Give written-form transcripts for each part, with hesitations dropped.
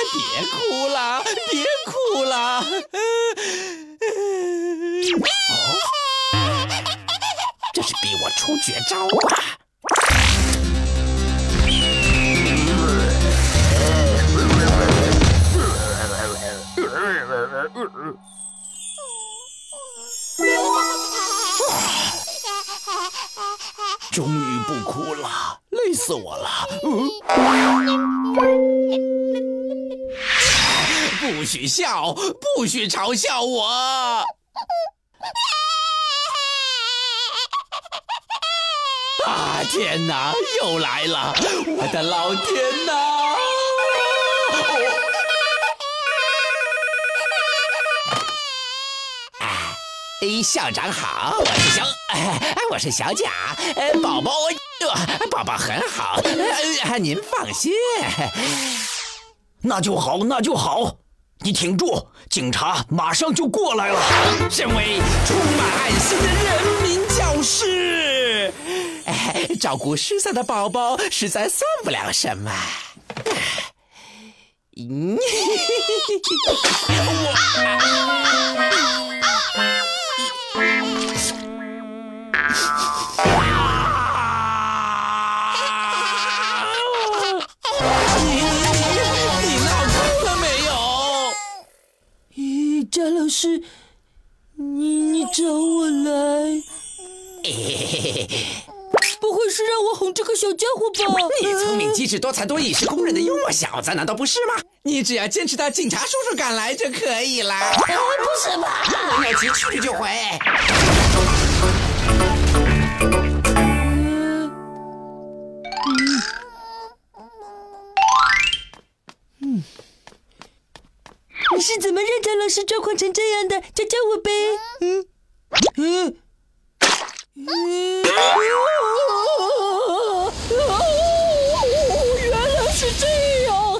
别哭了，别哭了。这是逼我出绝招啊！终于不哭了，累死我了。不许笑，不许嘲笑我。啊！天哪，又来了！我的老天哪！校长好，我是小贾，宝宝很好，您放心。 那就好，那就好。你挺住，警察马上就过来了。 身为充满爱心的人民教师，照顾失散的宝宝实在算不了什么。 贾老师，你找我来，不会是让我哄这个小家伙吧？ 你聪明机智多才多艺是公认的幽默小子，难道不是吗？你只要坚持到警察叔叔赶来就可以了。 不是吧？ 我有急去就回。 你是怎么让贾老师状况成这样的？教教我呗。原来是这样。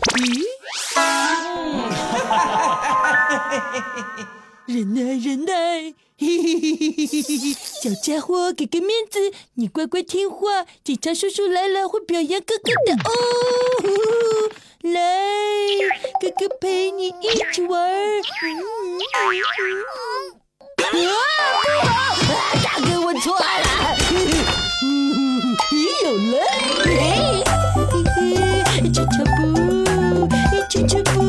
忍耐，忍耐。小家伙，给个面子，你乖乖听话，警察叔叔来了会表扬哥哥的哦。来，哥哥陪你一起玩。大哥，我错了。有了，悄悄步，悄悄步。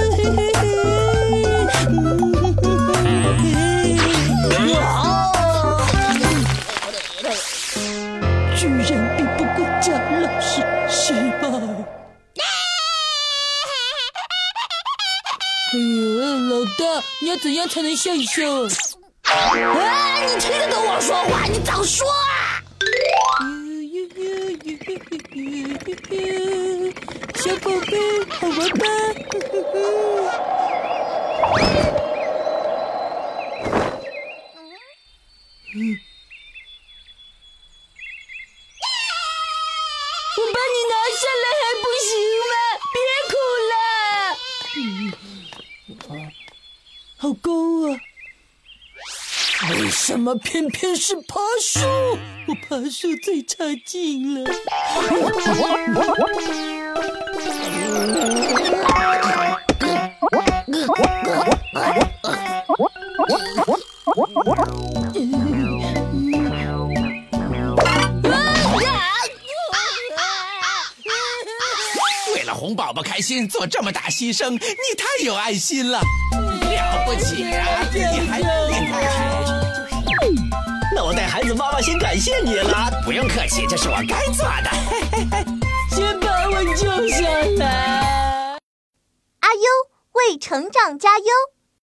居然比不过贾老师，是吗？老大，你要怎样才能笑一笑？你听得懂我说话？你早说啊！小宝贝，好玩吧？我把你拿下来还不行吗？别哭了。好高啊！为什么偏偏是爬树？我爬树最差劲了。 为了哄宝宝开心做这么大牺牲，你太有爱心了，了不起啊！你还厉害。 那我带孩子妈妈先感谢你了。 不用客气，这是我该做的。 先把我救下来。 阿优为成长加油。